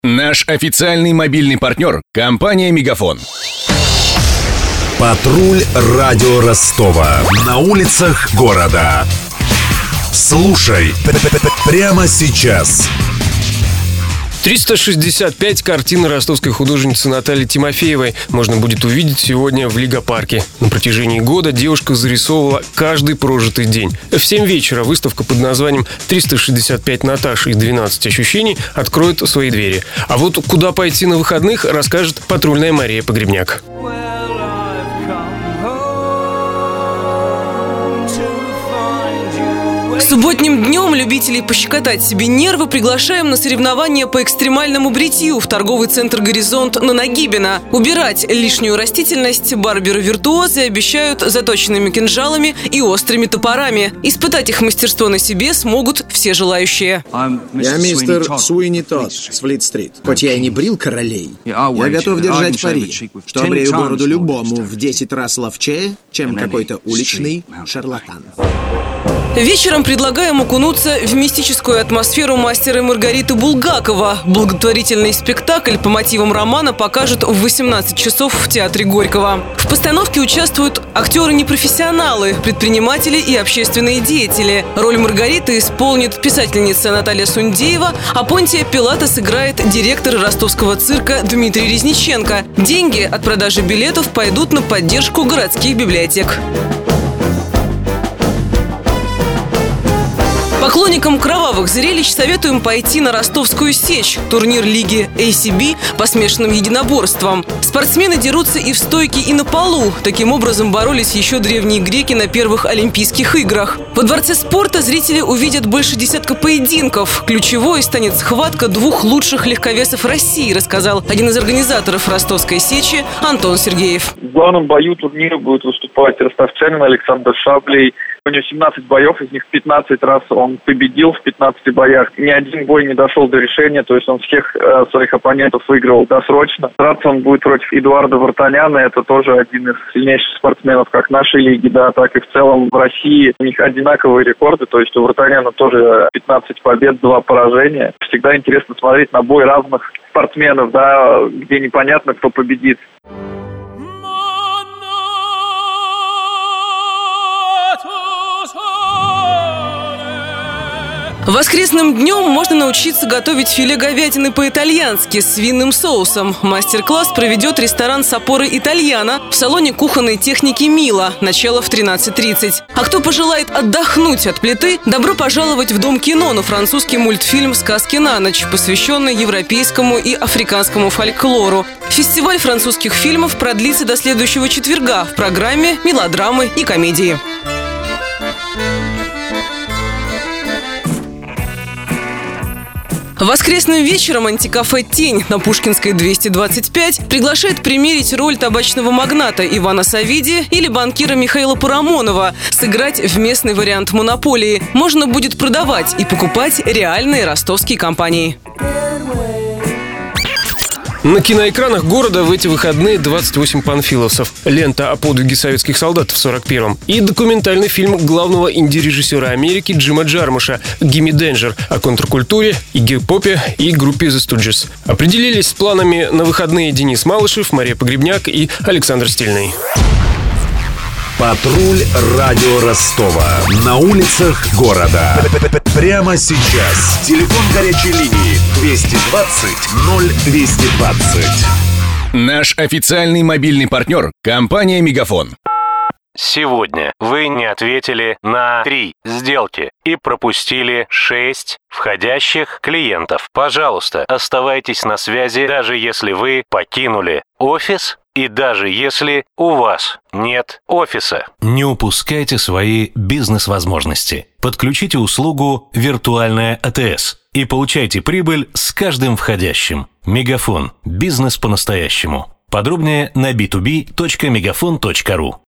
Наш официальный мобильный партнер – компания «Мегафон». Патруль радио Ростова. На улицах города. Слушай прямо сейчас. 365 картин ростовской художницы Натальи Тимофеевой можно будет увидеть сегодня в Лига-парке. На протяжении года девушка зарисовывала каждый прожитый день. В 7 вечера выставка под названием «365 Наташ и 12 ощущений» откроет свои двери. А вот куда пойти на выходных, расскажет патрульная Мария Погребняк. Субботним днем любителей пощекотать себе нервы приглашаем на соревнования по экстремальному бритью в торговый центр «Горизонт» на Нагибина. Убирать лишнюю растительность барберы-виртуозы обещают заточенными кинжалами и острыми топорами. Испытать их мастерство на себе смогут все желающие. Я мистер Суини Тодд с Флит-стрит. Хоть я и не брил королей, я готов держать пари, что обрею бороду любому в 10 раз ловчее, чем какой-то уличный шарлатан. Вечером предлагаем окунуться в мистическую атмосферу мастера и Маргариты Булгакова. Благотворительный спектакль по мотивам романа покажут в 18 часов в Театре Горького. В постановке участвуют актеры-непрофессионалы, предприниматели и общественные деятели. Роль Маргариты исполнит писательница Наталья Сундеева, а Понтия Пилата сыграет директор ростовского цирка Дмитрий Резниченко. Деньги от продажи билетов пойдут на поддержку городских библиотек. Поклонникам кровавых зрелищ советуем пойти на Ростовскую сечь – турнир лиги ACB по смешанным единоборствам. Спортсмены дерутся и в стойке, и на полу. Таким образом боролись еще древние греки на первых Олимпийских играх. Во Дворце спорта зрители увидят больше десятка поединков. Ключевой станет схватка двух лучших легковесов России, рассказал один из организаторов Ростовской сечи Антон Сергеев. В главном бою турнира будет выступать ростовчанин Александр Шаблей. У него 17 боев, из них 15 раз он победил в 15 боях. Ни один бой не дошел до решения, то есть он всех своих оппонентов выигрывал досрочно. Драться он будет против Эдуарда Вартаняна, это тоже один из сильнейших спортсменов как нашей лиги, да, так и в целом в России. У них одинаковые рекорды, то есть у Вартаняна тоже 15 побед, 2 поражения. Всегда интересно смотреть на бой разных спортсменов, да, где непонятно, кто победит. Воскресным днем можно научиться готовить филе говядины по-итальянски с винным соусом. Мастер-класс проведет ресторан «Сапоре Итальяно» в салоне кухонной техники «Мила». Начало в 13:30. А кто пожелает отдохнуть от плиты, добро пожаловать в Дом кино на французский мультфильм «Сказки на ночь», посвященный европейскому и африканскому фольклору. Фестиваль французских фильмов продлится до следующего четверга в программе «Мелодрамы и комедии». Воскресным вечером антикафе «Тень» на Пушкинской 225 приглашает примерить роль табачного магната Ивана Савидия или банкира Михаила Парамонова, сыграть в местный вариант монополии. Можно будет продавать и покупать реальные ростовские компании. На киноэкранах города в эти выходные 28 панфиловцев, лента о подвиге советских солдат в 41-м и документальный фильм главного инди-режиссера Америки Джима Джармуша «Гимми Денджер» о контркультуре, игги-попе и группе The Stooges. Определились с планами на выходные Денис Малышев, Мария Погребняк и Александр Стильный. Патруль радио Ростова. На улицах города. Прямо сейчас. Телефон горячей линии 220 0220. Наш официальный мобильный партнер – компания «Мегафон». Сегодня вы не ответили на 3 сделки и пропустили 6 входящих клиентов. Пожалуйста, оставайтесь на связи, даже если вы покинули офис и даже если у вас нет офиса. Не упускайте свои бизнес-возможности. Подключите услугу «Виртуальная АТС» и получайте прибыль с каждым входящим. Мегафон. Бизнес по-настоящему. Подробнее на b2b.megafon.ru.